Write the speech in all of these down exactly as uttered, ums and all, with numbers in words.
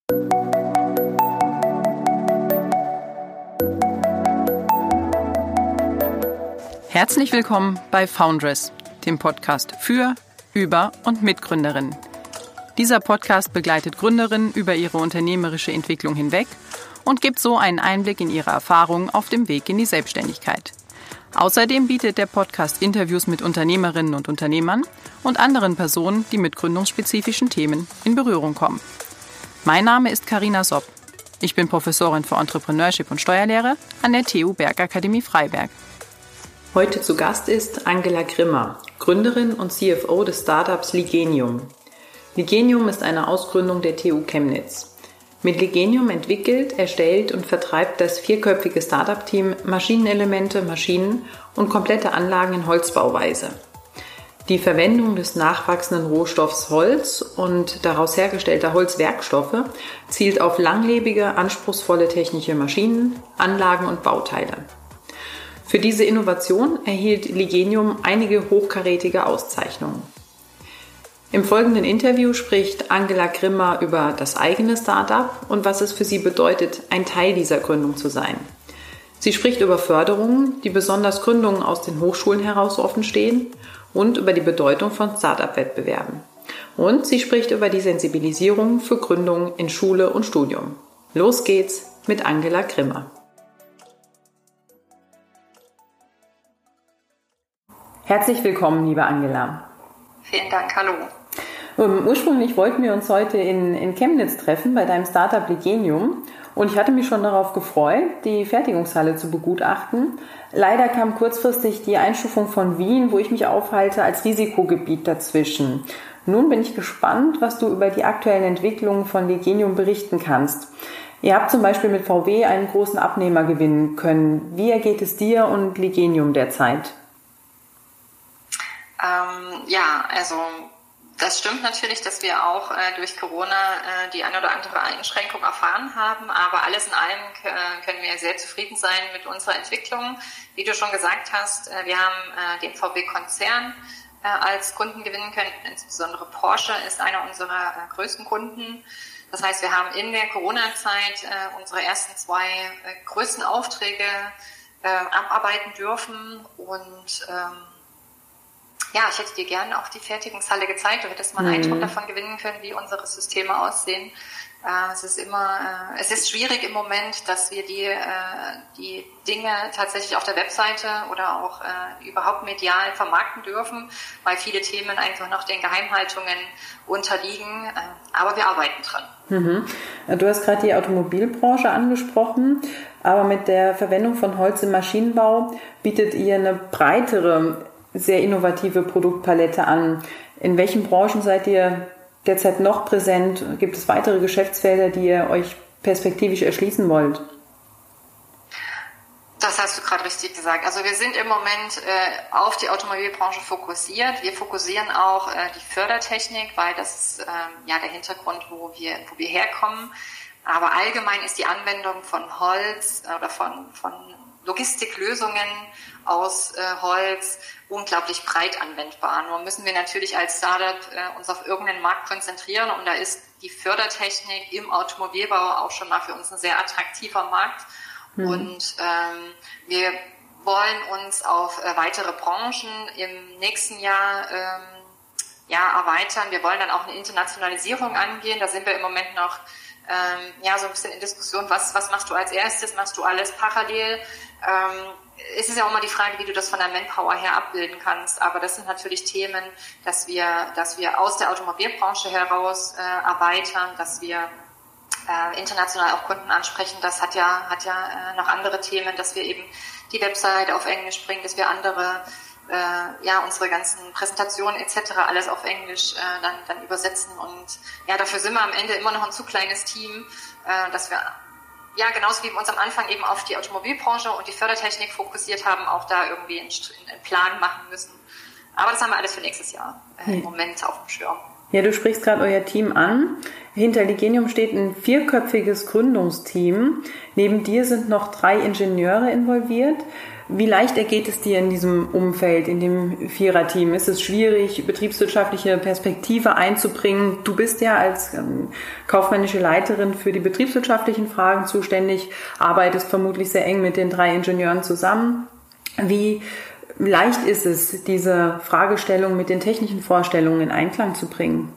Herzlich willkommen bei Foundress, dem Podcast für, über und mit Gründerinnen. Dieser Podcast begleitet Gründerinnen über ihre unternehmerische Entwicklung hinweg und gibt so einen Einblick in ihre Erfahrungen auf dem Weg in die Selbstständigkeit. Außerdem bietet der Podcast Interviews mit Unternehmerinnen und Unternehmern und anderen Personen, die mit gründungsspezifischen Themen in Berührung kommen. Mein Name ist Carina Sopp. Ich bin Professorin für Entrepreneurship und Steuerlehre an der T U Bergakademie Freiberg. Heute zu Gast ist Angela Grimmer, Gründerin und C F O des Startups Ligenium. Ligenium ist eine Ausgründung der T U Chemnitz. Mit Ligenium entwickelt, erstellt und vertreibt das vierköpfige Startup-Team Maschinenelemente, Maschinen und komplette Anlagen in Holzbauweise. Die Verwendung des nachwachsenden Rohstoffs Holz und daraus hergestellter Holzwerkstoffe zielt auf langlebige, anspruchsvolle technische Maschinen, Anlagen und Bauteile. Für diese Innovation erhielt Ligenium einige hochkarätige Auszeichnungen. Im folgenden Interview spricht Angela Grimmer über das eigene Startup und was es für sie bedeutet, ein Teil dieser Gründung zu sein. Sie spricht über Förderungen, die besonders Gründungen aus den Hochschulen heraus offen stehen, und über die Bedeutung von Startup-Wettbewerben. Und sie spricht über die Sensibilisierung für Gründungen in Schule und Studium. Los geht's mit Angela Grimmer. Herzlich willkommen, liebe Angela. Vielen Dank, hallo. Um, ursprünglich wollten wir uns heute in, in Chemnitz treffen, bei deinem Startup Ligenium. Und ich hatte mich schon darauf gefreut, die Fertigungshalle zu begutachten. Leider kam kurzfristig die Einstufung von Wien, wo ich mich aufhalte, als Risikogebiet dazwischen. Nun bin ich gespannt, was du über die aktuellen Entwicklungen von Ligenium berichten kannst. Ihr habt zum Beispiel mit V W einen großen Abnehmer gewinnen können. Wie ergeht es dir und Ligenium derzeit? Ähm, ja, also das stimmt natürlich, dass wir auch äh, durch Corona äh, die eine oder andere Einschränkung erfahren haben, aber alles in allem äh, können wir sehr zufrieden sein mit unserer Entwicklung. Wie du schon gesagt hast, äh, wir haben äh, den V W-Konzern äh, als Kunden gewinnen können, insbesondere Porsche ist einer unserer äh, größten Kunden. Das heißt, wir haben in der Corona-Zeit äh, unsere ersten zwei äh, größten Aufträge äh, abarbeiten dürfen und ähm, ja, ich hätte dir gerne auch die Fertigungshalle gezeigt. Du hättest mal einen mhm. Eindruck davon gewinnen können, wie unsere Systeme aussehen. Äh, es ist immer, äh, es ist schwierig im Moment, dass wir die, äh, die Dinge tatsächlich auf der Webseite oder auch äh, überhaupt medial vermarkten dürfen, weil viele Themen einfach noch den Geheimhaltungen unterliegen. Äh, aber wir arbeiten dran. Mhm. Du hast gerade die Automobilbranche angesprochen, aber mit der Verwendung von Holz im Maschinenbau bietet ihr eine breitere, sehr innovative Produktpalette an. In welchen Branchen seid ihr derzeit noch präsent? Gibt es weitere Geschäftsfelder, die ihr euch perspektivisch erschließen wollt? Das hast du gerade richtig gesagt. Also wir sind im Moment äh, auf die Automobilbranche fokussiert. Wir fokussieren auch äh, die Fördertechnik, weil das ist äh, ja der Hintergrund, wo wir, wo wir herkommen. Aber allgemein ist die Anwendung von Holz äh, oder von, von Logistiklösungen aus äh, Holz unglaublich breit anwendbar. Nur müssen wir natürlich als Startup äh, uns auf irgendeinen Markt konzentrieren und da ist die Fördertechnik im Automobilbau auch schon mal für uns ein sehr attraktiver Markt. Mhm. Und ähm, wir wollen uns auf äh, weitere Branchen im nächsten Jahr ähm, ja, erweitern. Wir wollen dann auch eine Internationalisierung angehen. Da sind wir im Moment noch ähm, ja so ein bisschen in Diskussion. Was, was machst du als erstes? Machst du alles parallel? Ähm, es ist ja auch mal die Frage, wie du das von der Manpower her abbilden kannst. Aber das sind natürlich Themen, dass wir, dass wir aus der Automobilbranche heraus äh, erweitern, dass wir äh, international auch Kunden ansprechen. Das hat ja, hat ja äh, noch andere Themen, dass wir eben die Website auf Englisch bringen, dass wir andere, äh, ja, unsere ganzen Präsentationen et cetera alles auf Englisch äh, dann, dann übersetzen. Und ja, dafür sind wir am Ende immer noch ein zu kleines Team, äh, dass wir ja, genauso wie wir uns am Anfang eben auf die Automobilbranche und die Fördertechnik fokussiert haben, auch da irgendwie einen, einen Plan machen müssen. Aber das haben wir alles für nächstes Jahr äh, im Moment auf dem Schirm. Ja, du sprichst gerade euer Team an. Hinter Ligenium steht ein vierköpfiges Gründungsteam. Neben dir sind noch drei Ingenieure involviert. Wie leicht ergeht es dir in diesem Umfeld, in dem Viererteam? Ist es schwierig, betriebswirtschaftliche Perspektive einzubringen? Du bist ja als ähm, kaufmännische Leiterin für die betriebswirtschaftlichen Fragen zuständig, arbeitest vermutlich sehr eng mit den drei Ingenieuren zusammen. Wie leicht ist es, diese Fragestellung mit den technischen Vorstellungen in Einklang zu bringen?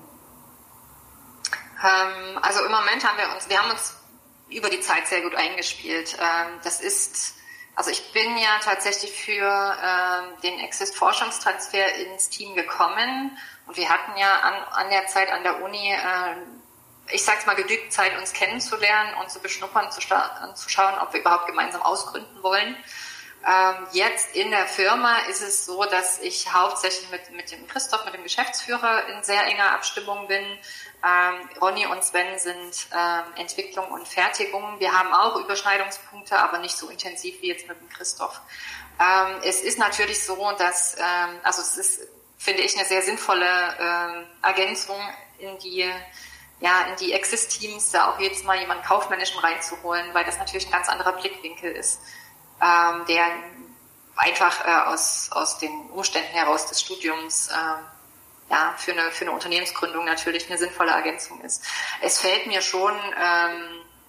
Ähm, also im Moment haben wir uns, wir haben uns über die Zeit sehr gut eingespielt. Ähm, das ist, also ich bin ja tatsächlich für ähm, den Exist-Forschungstransfer ins Team gekommen und wir hatten ja an, an der Zeit an der Uni, äh, ich sag's mal, genügend Zeit, uns kennenzulernen und zu beschnuppern, zu, sta- zu schauen, ob wir überhaupt gemeinsam ausgründen wollen. Ähm, jetzt in der Firma ist es so, dass ich hauptsächlich mit, mit dem Christoph, mit dem Geschäftsführer in sehr enger Abstimmung bin. Ähm, Ronny und Sven sind ähm, Entwicklung und Fertigung. Wir haben auch Überschneidungspunkte, aber nicht so intensiv wie jetzt mit dem Christoph. Ähm, es ist natürlich so, dass, ähm, also es ist, finde ich, eine sehr sinnvolle ähm, Ergänzung in die, ja, in die Exist-Teams, da auch jedes Mal jemanden Kaufmännischen reinzuholen, weil das natürlich ein ganz anderer Blickwinkel ist, ähm, der einfach äh, aus, aus den Umständen heraus des Studiums ähm, ja, für eine, für eine Unternehmensgründung natürlich eine sinnvolle Ergänzung ist. Es fällt mir schon, ähm,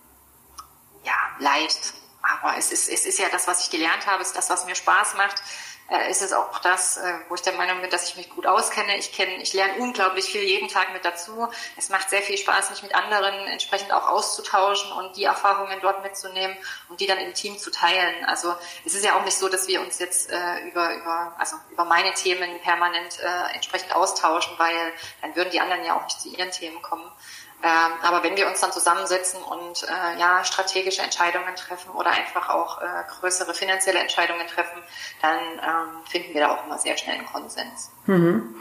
ja, leicht. Aber es ist, es ist ja das, was ich gelernt habe, ist das, was mir Spaß macht. Äh, es ist auch das, äh, wo ich der Meinung bin, dass ich mich gut auskenne. Ich kenne, ich lerne unglaublich viel jeden Tag mit dazu. Es macht sehr viel Spaß, mich mit anderen entsprechend auch auszutauschen und die Erfahrungen dort mitzunehmen und die dann im Team zu teilen. Also es ist ja auch nicht so, dass wir uns jetzt äh, über, über, also über meine Themen permanent äh, entsprechend austauschen, weil dann würden die anderen ja auch nicht zu ihren Themen kommen. Ähm, aber wenn wir uns dann zusammensetzen und äh, ja strategische Entscheidungen treffen oder einfach auch äh, größere finanzielle Entscheidungen treffen, dann ähm, finden wir da auch immer sehr schnell einen Konsens. Mhm.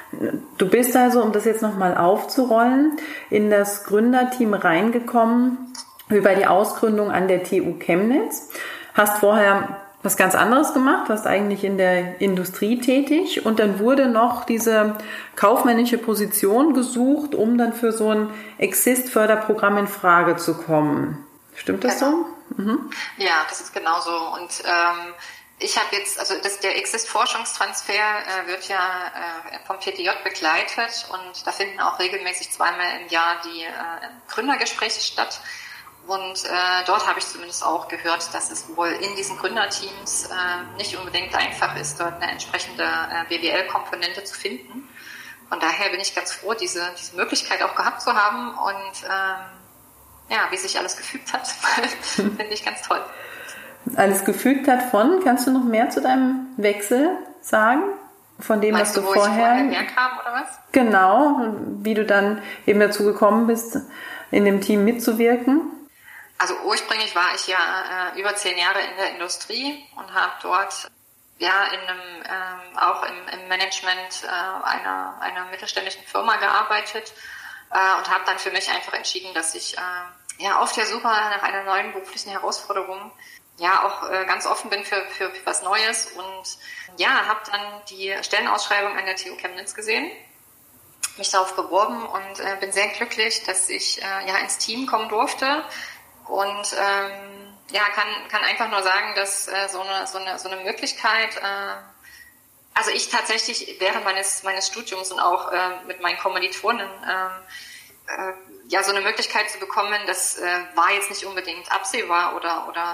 Du bist also, um das jetzt nochmal aufzurollen, in das Gründerteam reingekommen über die Ausgründung an der T U Chemnitz. Hast vorher was ganz anderes gemacht, warst eigentlich in der Industrie tätig und dann wurde noch diese kaufmännische Position gesucht, um dann für so ein Exist-Förderprogramm in Frage zu kommen. Stimmt das genau. so? Mhm. Ja, das ist genau so. Und ähm, ich habe jetzt, also das, der Exist-Forschungstransfer äh, wird ja äh, vom P T J begleitet und da finden auch regelmäßig zweimal im Jahr die äh, Gründergespräche statt. Und äh, dort habe ich zumindest auch gehört, dass es wohl in diesen Gründerteams äh, nicht unbedingt einfach ist, dort eine entsprechende äh, B W L-Komponente zu finden. Von daher bin ich ganz froh, diese, diese Möglichkeit auch gehabt zu haben. Und ähm, ja, wie sich alles gefügt hat, finde ich ganz toll. Alles gefügt hat von, kannst du noch mehr zu deinem Wechsel sagen? Von dem, Meinst was du, du, wo vorher... ich vorher herkam, oder was? Genau, wie du dann eben dazu gekommen bist, in dem Team mitzuwirken. Also ursprünglich war ich ja äh, über zehn Jahre in der Industrie und habe dort ja in einem ähm, auch im, im Management äh, einer einer mittelständischen Firma gearbeitet äh, und habe dann für mich einfach entschieden, dass ich äh, ja auf der Suche nach einer neuen beruflichen Herausforderung ja auch äh, ganz offen bin für, für für was Neues und ja habe dann die Stellenausschreibung an der T U Chemnitz gesehen, mich darauf beworben und äh, bin sehr glücklich, dass ich äh, ja ins Team kommen durfte. Und ähm, ja, kann kann einfach nur sagen, dass äh, so eine so eine so eine Möglichkeit, äh, also ich tatsächlich während meines meines Studiums und auch äh, mit meinen Kommilitonen äh, äh, ja so eine Möglichkeit zu bekommen, das äh, war jetzt nicht unbedingt absehbar oder oder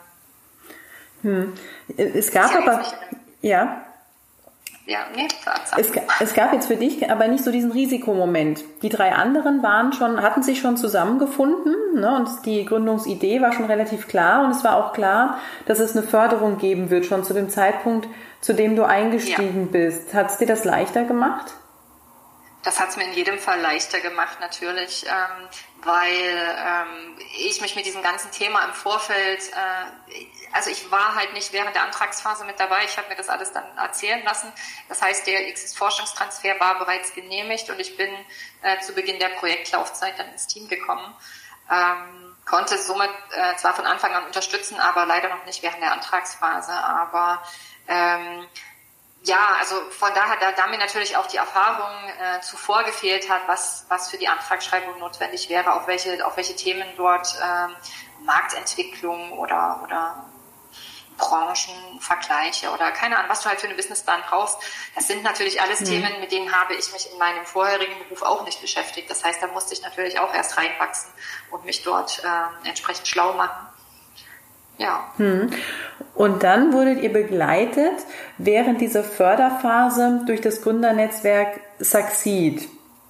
äh, hm. Es gab aber ja. Ja, nee, es, es gab jetzt für dich aber nicht so diesen Risikomoment. Die drei anderen waren schon, hatten sich schon zusammengefunden, ne, und die Gründungsidee war schon relativ klar und es war auch klar, dass es eine Förderung geben wird, schon zu dem Zeitpunkt, zu dem du eingestiegen ja. bist. Hat es dir das leichter gemacht? Das hat es mir in jedem Fall leichter gemacht, natürlich, ähm, weil ähm, ich mich mit diesem ganzen Thema im Vorfeld, äh, also ich war halt nicht während der Antragsphase mit dabei, ich habe mir das alles dann erzählen lassen. Das heißt, der Exist-Forschungstransfer war bereits genehmigt und ich bin äh, zu Beginn der Projektlaufzeit dann ins Team gekommen. Ähm, konnte somit äh, zwar von Anfang an unterstützen, aber leider noch nicht während der Antragsphase. Aber ähm, ja, also von daher, da, da mir natürlich auch die Erfahrung äh, zuvor gefehlt hat, was was für die Antragsschreibung notwendig wäre, auf welche auf welche Themen dort ähm, Marktentwicklung oder oder Branchenvergleiche oder keine Ahnung, was du halt für einen Businessplan brauchst. Das sind natürlich alles mhm. Themen, mit denen habe ich mich in meinem vorherigen Beruf auch nicht beschäftigt. Das heißt, da musste ich natürlich auch erst reinwachsen und mich dort äh, entsprechend schlau machen. Ja. Hm. Und dann wurdet ihr begleitet während dieser Förderphase durch das Gründernetzwerk Succeed.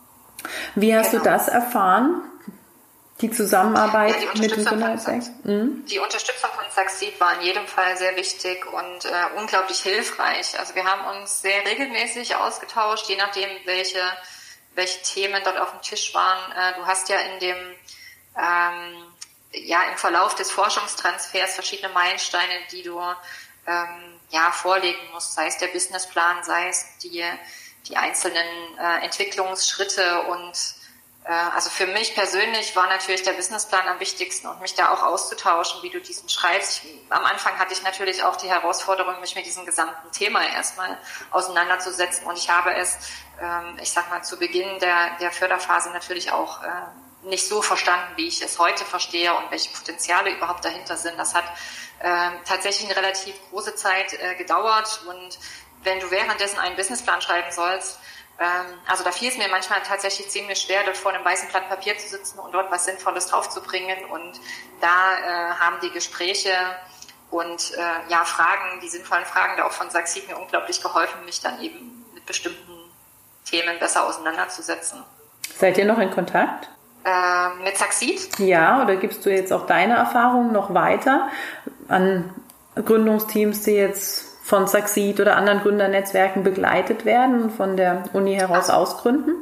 Wie hast genau. du das erfahren? Die Zusammenarbeit ja, die mit dem Gründernetzwerk? Mhm. Die Unterstützung von Succeed war in jedem Fall sehr wichtig und äh, unglaublich hilfreich. Also wir haben uns sehr regelmäßig ausgetauscht, je nachdem, welche, welche Themen dort auf dem Tisch waren. Äh, du hast ja in dem ähm, ja im Verlauf des Forschungstransfers verschiedene Meilensteine, die du ähm, ja vorlegen musst, sei es der Businessplan, sei es die die einzelnen äh, Entwicklungsschritte und äh, also für mich persönlich war natürlich der Businessplan am wichtigsten und mich da auch auszutauschen, wie du diesen schreibst. Ich, am Anfang hatte ich natürlich auch die Herausforderung, mich mit diesem gesamten Thema erstmal auseinanderzusetzen und ich habe es, ähm, ich sag mal, zu Beginn der der Förderphase natürlich auch äh, nicht so verstanden, wie ich es heute verstehe und welche Potenziale überhaupt dahinter sind. Das hat äh, tatsächlich eine relativ große Zeit äh, gedauert und wenn du währenddessen einen Businessplan schreiben sollst, ähm, also da fiel es mir manchmal tatsächlich ziemlich schwer, dort vor einem weißen Blatt Papier zu sitzen und dort was Sinnvolles draufzubringen und da äh, haben die Gespräche und äh, ja Fragen, die sinnvollen Fragen da auch von Succeed mir unglaublich geholfen, mich dann eben mit bestimmten Themen besser auseinanderzusetzen. Seid ihr noch in Kontakt? Mit Succeed? Ja, oder gibst du jetzt auch deine Erfahrungen noch weiter an Gründungsteams, die jetzt von Succeed oder anderen Gründernetzwerken begleitet werden und von der Uni heraus ausgründen?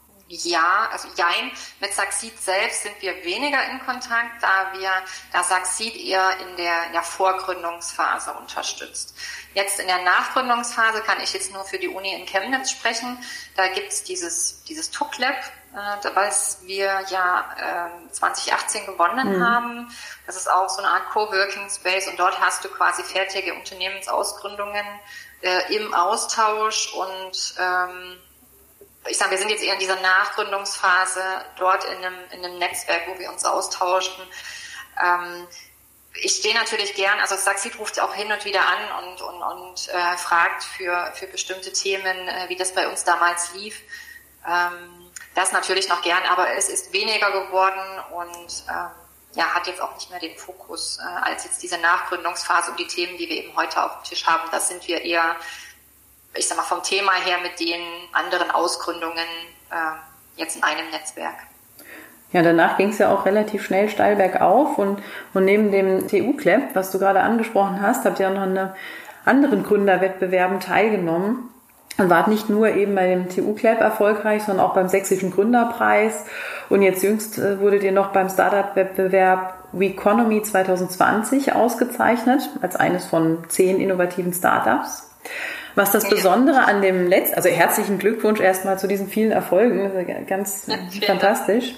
Ja, also jein. Mit Succeed selbst sind wir weniger in Kontakt, da wir, da Succeed eher in der, in der Vorgründungsphase unterstützt. Jetzt in der Nachgründungsphase kann ich jetzt nur für die Uni in Chemnitz sprechen. Da gibt's dieses, dieses T U C Lab, äh, was wir ja äh, zwanzig achtzehn gewonnen mhm. haben. Das ist auch so eine Art Coworking Space und dort hast du quasi fertige Unternehmensausgründungen äh, im Austausch und ähm, ich sage, wir sind jetzt eher in dieser Nachgründungsphase dort in einem, in einem Netzwerk, wo wir uns austauschen. Ähm, ich stehe natürlich gern, also Succeed ruft auch hin und wieder an und, und, und äh, fragt für, für bestimmte Themen, äh, wie das bei uns damals lief. Ähm, das natürlich noch gern, aber es ist weniger geworden und ähm, ja, hat jetzt auch nicht mehr den Fokus äh, als jetzt diese Nachgründungsphase und die Themen, die wir eben heute auf dem Tisch haben. Das sind wir eher, ich sag mal, vom Thema her mit den anderen Ausgründungen äh, jetzt in einem Netzwerk. Ja, danach ging es ja auch relativ schnell steil bergauf und, und neben dem T U C Lab, was du gerade angesprochen hast, habt ihr auch noch an anderen Gründerwettbewerben teilgenommen und wart nicht nur eben bei dem T U C Lab erfolgreich, sondern auch beim Sächsischen Gründerpreis und jetzt jüngst äh, wurdet ihr noch beim Startup-Wettbewerb WeConomy zwanzig zwanzig ausgezeichnet als eines von zehn innovativen Startups. Was das Besondere an dem letzten, also herzlichen Glückwunsch erstmal zu diesen vielen Erfolgen, ganz ja, fantastisch.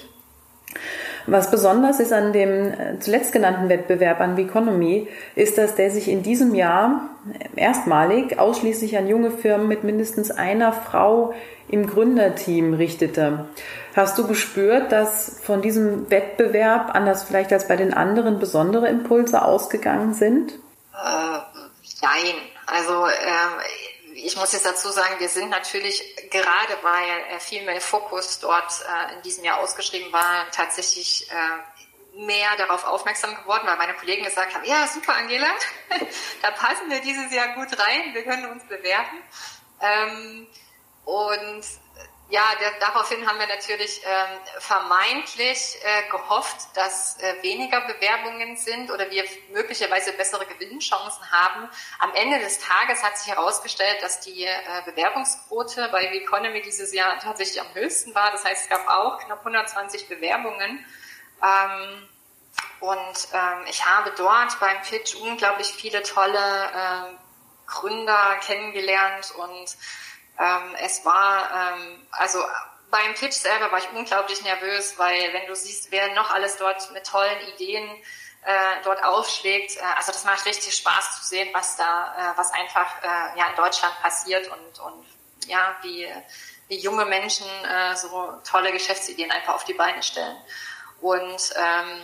Was besonders ist an dem zuletzt genannten Wettbewerb an WeConomy, ist, dass der sich in diesem Jahr erstmalig ausschließlich an junge Firmen mit mindestens einer Frau im Gründerteam richtete. Hast du gespürt, dass von diesem Wettbewerb, anders vielleicht als bei den anderen, besondere Impulse ausgegangen sind? Äh, nein, also äh, ich muss jetzt dazu sagen, wir sind natürlich, gerade weil äh, viel mehr Fokus dort äh, in diesem Jahr ausgeschrieben war, tatsächlich äh, mehr darauf aufmerksam geworden, weil meine Kollegen gesagt haben, ja super Angela, da passen wir dieses Jahr gut rein, wir können uns bewerben. Ähm, und ja, der, daraufhin haben wir natürlich ähm, vermeintlich äh, gehofft, dass äh, weniger Bewerbungen sind oder wir möglicherweise bessere Gewinnchancen haben. Am Ende des Tages hat sich herausgestellt, dass die äh, Bewerbungsquote bei WeConomy dieses Jahr tatsächlich am höchsten war. Das heißt, es gab auch knapp hundertzwanzig Bewerbungen. Ähm, und ähm, ich habe dort beim Pitch unglaublich viele tolle äh, Gründer kennengelernt und Ähm, es war, ähm, also beim Pitch selber war ich unglaublich nervös, weil wenn du siehst, wer noch alles dort mit tollen Ideen äh, dort aufschlägt, äh, also das macht richtig Spaß zu sehen, was da, äh, was einfach äh, ja in Deutschland passiert und und ja wie wie junge Menschen äh, so tolle Geschäftsideen einfach auf die Beine stellen. Und ähm,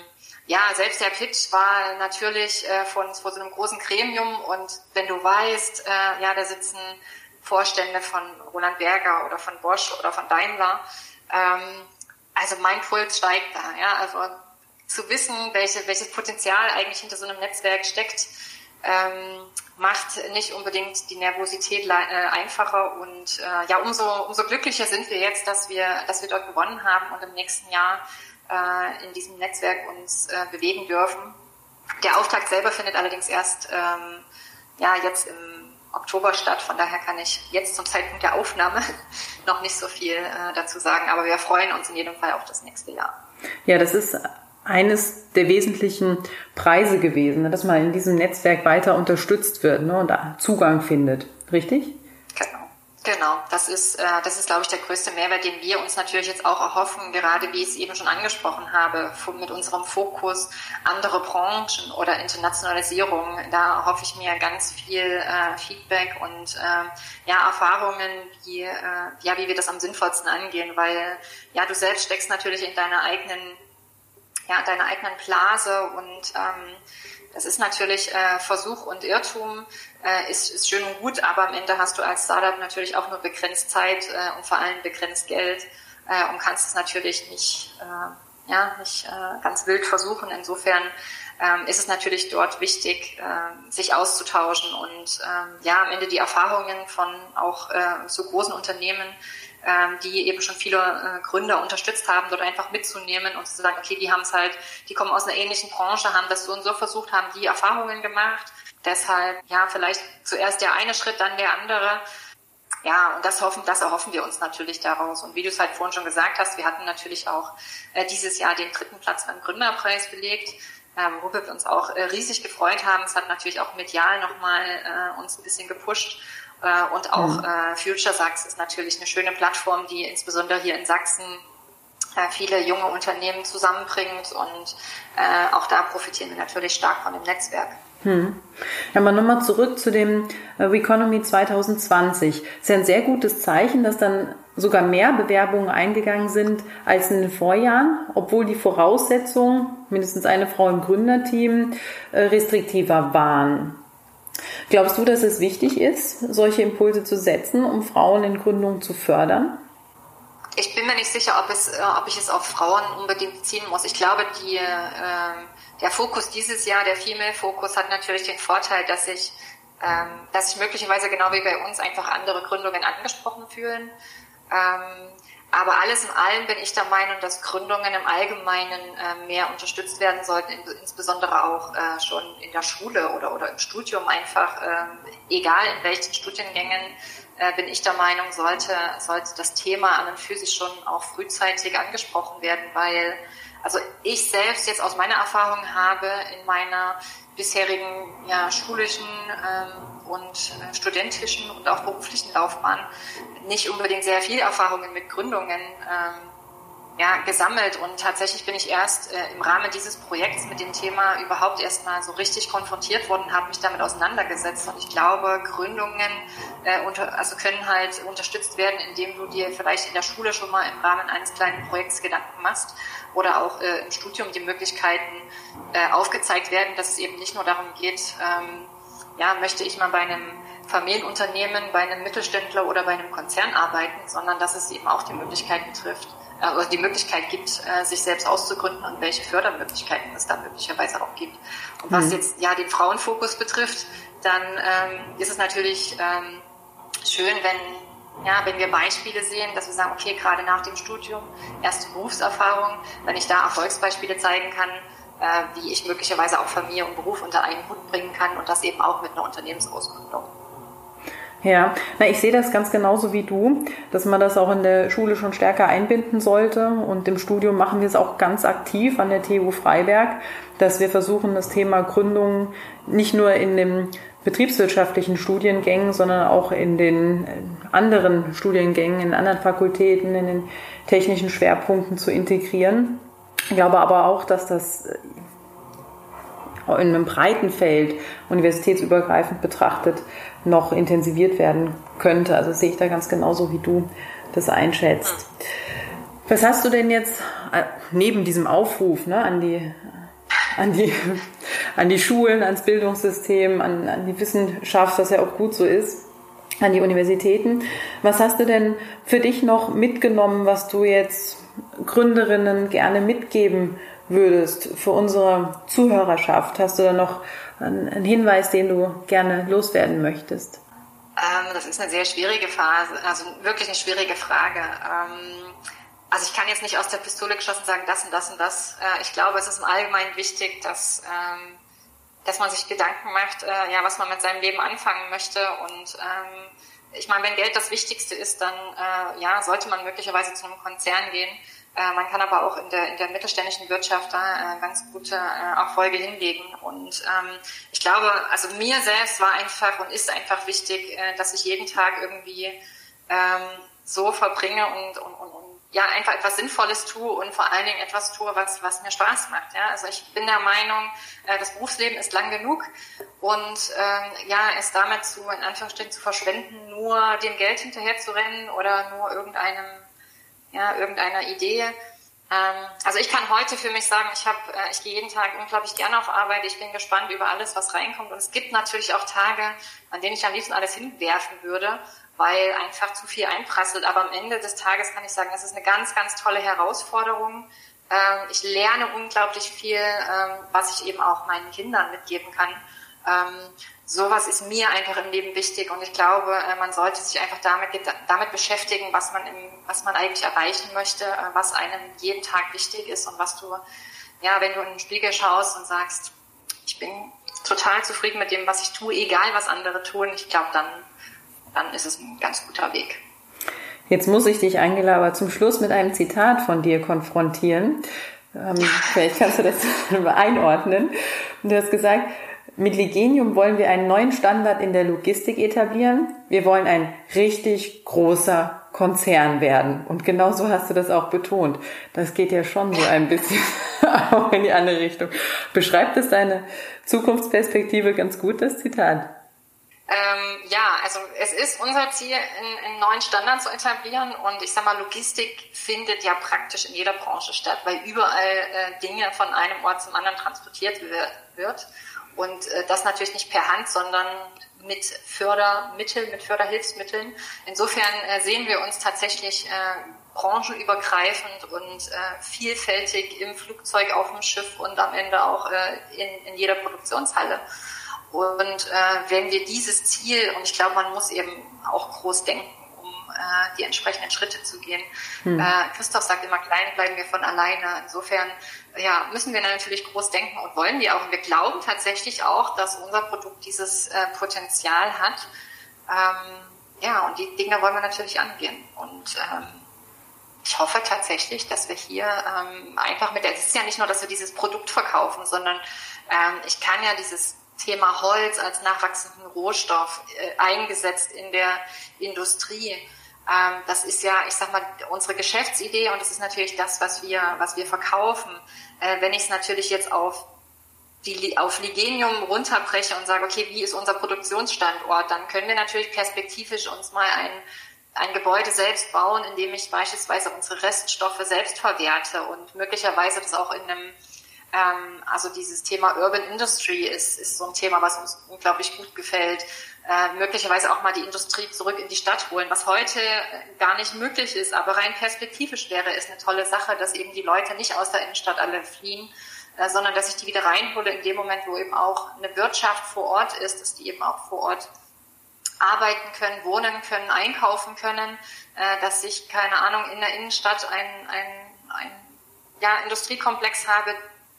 ja, selbst der Pitch war natürlich äh, von, von so einem großen Gremium und wenn du weißt, äh, ja, da sitzen Vorstände von Roland Berger oder von Bosch oder von Daimler, ähm, also mein Puls steigt da, ja, also zu wissen, welche, welches Potenzial eigentlich hinter so einem Netzwerk steckt, ähm, macht nicht unbedingt die Nervosität äh, einfacher und äh, ja, umso, umso glücklicher sind wir jetzt, dass wir, dass wir dort gewonnen haben und im nächsten Jahr äh, in diesem Netzwerk uns äh, bewegen dürfen. Der Auftakt selber findet allerdings erst ähm, ja, jetzt im Oktober statt, von daher kann ich jetzt zum Zeitpunkt der Aufnahme noch nicht so viel äh, dazu sagen, aber wir freuen uns in jedem Fall auf das nächste Jahr. Ja, das ist eines der wesentlichen Preise gewesen, dass man in diesem Netzwerk weiter unterstützt wird, ne, und Zugang findet, richtig? Genau, genau. Das ist, äh, das ist, glaube ich, der größte Mehrwert, den wir uns natürlich jetzt auch erhoffen, gerade wie ich es eben schon angesprochen habe, mit unserem Fokus andere Branchen oder Internationalisierung. Da erhoffe ich mir ganz viel äh, Feedback und äh, ja, Erfahrungen, wie, äh, ja, wie wir das am sinnvollsten angehen, weil ja, du selbst steckst natürlich in deiner eigenen ja, deiner eigenen Blase und ähm, das ist natürlich äh, Versuch und Irrtum, äh, ist, ist schön und gut, aber am Ende hast du als Startup natürlich auch nur begrenzt Zeit äh, und vor allem begrenzt Geld äh, und kannst es natürlich nicht, äh, ja, nicht äh, ganz wild versuchen. Insofern ähm, ist es natürlich dort wichtig, äh, sich auszutauschen und ähm, ja, am Ende die Erfahrungen von auch äh, so großen Unternehmen, die eben schon viele äh, Gründer unterstützt haben, dort einfach mitzunehmen und zu sagen, okay, die haben es halt, die kommen aus einer ähnlichen Branche, haben das so und so versucht, haben die Erfahrungen gemacht. Deshalb, ja, vielleicht zuerst der eine Schritt, dann der andere. Ja, und das hoffen, das erhoffen wir uns natürlich daraus. Und wie du es halt vorhin schon gesagt hast, wir hatten natürlich auch äh, dieses Jahr den dritten Platz beim Gründerpreis belegt, ähm, worüber wir uns auch äh, riesig gefreut haben. Es hat natürlich auch medial nochmal äh, uns ein bisschen gepusht. Und auch mhm. äh, FutureSachs ist natürlich eine schöne Plattform, die insbesondere hier in Sachsen äh, viele junge Unternehmen zusammenbringt und äh, auch da profitieren wir natürlich stark von dem Netzwerk. Hm. Ja, aber nochmal zurück zu dem äh, Reconomy zwanzig zwanzig. Das ist ja ein sehr gutes Zeichen, dass dann sogar mehr Bewerbungen eingegangen sind als in den Vorjahren, obwohl die Voraussetzungen, mindestens eine Frau im Gründerteam, äh, restriktiver waren. Glaubst du, dass es wichtig ist, solche Impulse zu setzen, um Frauen in Gründung zu fördern? Ich bin mir nicht sicher, ob, es, ob ich es auf Frauen unbedingt beziehen muss. Ich glaube, die, äh, der Fokus dieses Jahr, der Female-Fokus, hat natürlich den Vorteil, dass sich, ähm, dass sich möglicherweise genau wie bei uns einfach andere Gründungen angesprochen fühlen. Ähm, Aber alles in allem bin ich der Meinung, dass Gründungen im Allgemeinen äh, mehr unterstützt werden sollten, in, insbesondere auch äh, schon in der Schule oder, oder im Studium einfach, äh, egal in welchen Studiengängen, äh, bin ich der Meinung, sollte, sollte das Thema an und für sich schon auch frühzeitig angesprochen werden, weil also ich selbst jetzt aus meiner Erfahrung habe in meiner bisherigen ja, schulischen ähm, und äh, studentischen und auch beruflichen Laufbahn nicht unbedingt sehr viel Erfahrungen mit Gründungen ähm, ja, gesammelt und tatsächlich bin ich erst äh, im Rahmen dieses Projekts mit dem Thema überhaupt erstmal so richtig konfrontiert worden, habe mich damit auseinandergesetzt und ich glaube, Gründungen äh, unter, also können halt unterstützt werden, indem du dir vielleicht in der Schule schon mal im Rahmen eines kleinen Projekts Gedanken machst oder auch äh, im Studium die Möglichkeiten äh, aufgezeigt werden, dass es eben nicht nur darum geht, ähm, ja, möchte ich mal bei einem Familienunternehmen, bei einem Mittelständler oder bei einem Konzern arbeiten, sondern dass es eben auch die Möglichkeiten trifft, äh, oder die Möglichkeit gibt, äh, sich selbst auszugründen und welche Fördermöglichkeiten es da möglicherweise auch gibt. Und was mhm. jetzt ja den Frauenfokus betrifft, dann ähm, ist es natürlich ähm, schön, wenn Ja, wenn wir Beispiele sehen, dass wir sagen, okay, gerade nach dem Studium, erste Berufserfahrung, wenn ich da Erfolgsbeispiele zeigen kann, äh, wie ich möglicherweise auch Familie und Beruf unter einen Hut bringen kann und das eben auch mit einer Unternehmensausgründung. Ja, na, ich sehe das ganz genauso wie du, dass man das auch in der Schule schon stärker einbinden sollte und im Studium machen wir es auch ganz aktiv an der T U Freiberg, dass wir versuchen, das Thema Gründung nicht nur in dem betriebswirtschaftlichen Studiengängen, sondern auch in den anderen Studiengängen, in anderen Fakultäten, in den technischen Schwerpunkten zu integrieren. Ich glaube aber auch, dass das in einem breiten Feld, universitätsübergreifend betrachtet, noch intensiviert werden könnte. Also sehe ich da ganz genauso, wie du das einschätzt. Was hast du denn jetzt neben diesem Aufruf, ne, an die an die, an die Schulen, ans Bildungssystem, an, an die Wissenschaft, was ja auch gut so ist, an die Universitäten. Was hast du denn für dich noch mitgenommen, was du jetzt Gründerinnen gerne mitgeben würdest für unsere Zuhörerschaft? Hast du da noch einen Hinweis, den du gerne loswerden möchtest? Ähm, das ist eine sehr schwierige Phase, also wirklich eine schwierige Frage. Ähm, also ich kann jetzt nicht aus der Pistole geschossen sagen, das und das und das. Äh, ich glaube, es ist im Allgemeinen wichtig, dass ähm, dass man sich Gedanken macht, äh, ja, was man mit seinem Leben anfangen möchte. Und ähm, ich meine, wenn Geld das Wichtigste ist, dann äh, ja, sollte man möglicherweise zu einem Konzern gehen. Äh, man kann aber auch in der in der mittelständischen Wirtschaft da äh, ganz gute äh, Erfolge hinlegen. Und ähm, ich glaube, also mir selbst war einfach und ist einfach wichtig, äh, dass ich jeden Tag irgendwie ähm, so verbringe und, und, und, und ja, einfach etwas Sinnvolles tue und vor allen Dingen etwas tue, was, was mir Spaß macht, ja. Also ich bin der Meinung, äh, das Berufsleben ist lang genug und, ähm, ja, es damit zu, in Anführungsstrichen zu verschwenden, nur dem Geld hinterher zu rennen oder nur irgendeinem, ja, irgendeiner Idee. Ähm, also ich kann heute für mich sagen, ich habe, äh, ich gehe jeden Tag unglaublich gerne auf Arbeit, ich bin gespannt über alles, was reinkommt und es gibt natürlich auch Tage, an denen ich am liebsten alles hinwerfen würde, weil einfach zu viel einprasselt. Aber am Ende des Tages kann ich sagen, es ist eine ganz, ganz tolle Herausforderung. Ähm, ich lerne unglaublich viel, ähm, was ich eben auch meinen Kindern mitgeben kann. Ähm, sowas ist mir einfach im Leben wichtig und ich glaube, äh, man sollte sich einfach damit, damit beschäftigen, was man, im, was man eigentlich erreichen möchte, äh, was einem jeden Tag wichtig ist und was du, ja, wenn du in den Spiegel schaust und sagst, ich bin total zufrieden mit dem, was ich tue, egal was andere tun, ich glaube, dann dann ist es ein ganz guter Weg. Jetzt muss ich dich, Angela, aber zum Schluss mit einem Zitat von dir konfrontieren. Ähm, vielleicht kannst du das einordnen. Du hast gesagt, mit Ligenium wollen wir einen neuen Standard in der Logistik etablieren. Wir wollen ein richtig großer Konzern werden. Und genau so hast du das auch betont. Das geht ja schon so ein bisschen auch in die andere Richtung. Beschreibt es deine Zukunftsperspektive ganz gut, das Zitat? Ähm, ja, also es ist unser Ziel, einen, einen neuen Standard zu etablieren und ich sag mal, Logistik findet ja praktisch in jeder Branche statt, weil überall äh, Dinge von einem Ort zum anderen transportiert wird und äh, das natürlich nicht per Hand, sondern mit Fördermitteln, mit Förderhilfsmitteln. Insofern äh, sehen wir uns tatsächlich äh, branchenübergreifend und äh, vielfältig im Flugzeug, auf dem Schiff und am Ende auch äh, in, in jeder Produktionshalle. Und äh, wenn wir dieses Ziel, und ich glaube, man muss eben auch groß denken, um äh, die entsprechenden Schritte zu gehen. Hm. Äh, Christoph sagt immer, klein bleiben wir von alleine. Insofern ja, müssen wir natürlich groß denken und wollen wir auch. Und wir glauben tatsächlich auch, dass unser Produkt dieses äh, Potenzial hat. Ähm, ja, und die Dinge wollen wir natürlich angehen. Und ähm, ich hoffe tatsächlich, dass wir hier ähm, einfach mit, es ist ja nicht nur, dass wir dieses Produkt verkaufen, sondern ähm, ich kann ja dieses Thema Holz als nachwachsenden Rohstoff äh, eingesetzt in der Industrie. Ähm, das ist ja, ich sag mal, unsere Geschäftsidee und das ist natürlich das, was wir, was wir verkaufen. Äh, wenn ich es natürlich jetzt auf die, auf Ligenium runterbreche und sage, okay, wie ist unser Produktionsstandort, dann können wir natürlich perspektivisch uns mal ein ein Gebäude selbst bauen, in dem ich beispielsweise unsere Reststoffe selbst verwerte und möglicherweise das auch in einem Ähm, also dieses Thema Urban Industry ist, ist so ein Thema, was uns unglaublich gut gefällt. Äh, möglicherweise auch mal die Industrie zurück in die Stadt holen, was heute gar nicht möglich ist, aber rein perspektivisch wäre es eine tolle Sache, dass eben die Leute nicht aus der Innenstadt alle fliehen, äh, sondern dass ich die wieder reinhole in dem Moment, wo eben auch eine Wirtschaft vor Ort ist, dass die eben auch vor Ort arbeiten können, wohnen können, einkaufen können, äh, dass ich, keine Ahnung, in der Innenstadt ein, ein, ein ja, Industriekomplex habe.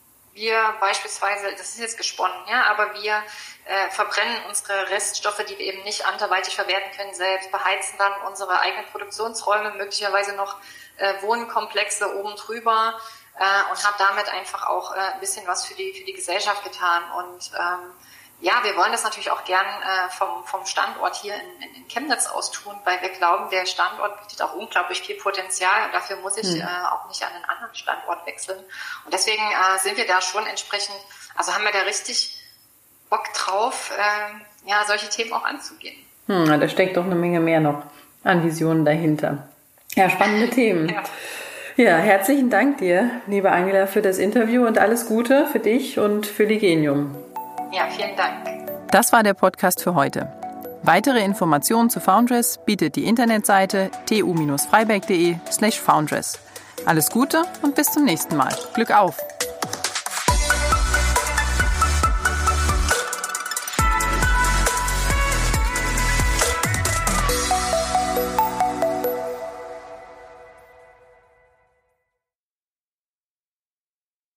Wir beispielsweise, das ist jetzt gesponnen, ja, aber wir äh, verbrennen unsere Reststoffe, die wir eben nicht anderweitig verwerten können, selbst, beheizen dann unsere eigenen Produktionsräume, möglicherweise noch äh, Wohnkomplexe oben drüber äh, und haben damit einfach auch äh, ein bisschen was für die für die Gesellschaft getan. Und ähm, ja, wir wollen das natürlich auch gern äh, vom vom Standort hier in, in, in Chemnitz aus tun, weil wir glauben, der Standort bietet auch unglaublich viel Potenzial und dafür muss ich hm. äh, auch nicht an einen anderen Standort wechseln. Und deswegen äh, sind wir da schon entsprechend, also haben wir da richtig Bock drauf, äh, ja, solche Themen auch anzugehen. Hm, da steckt doch eine Menge mehr noch an Visionen dahinter. Ja, spannende Themen. Ja. Ja, herzlichen Dank dir, liebe Angela, für das Interview und alles Gute für dich und für Ligenium. Ja, vielen Dank. Das war der Podcast für heute. Weitere Informationen zu Foundress bietet die Internetseite tu-freiberg.de slash Foundress. Alles Gute und bis zum nächsten Mal. Glück auf!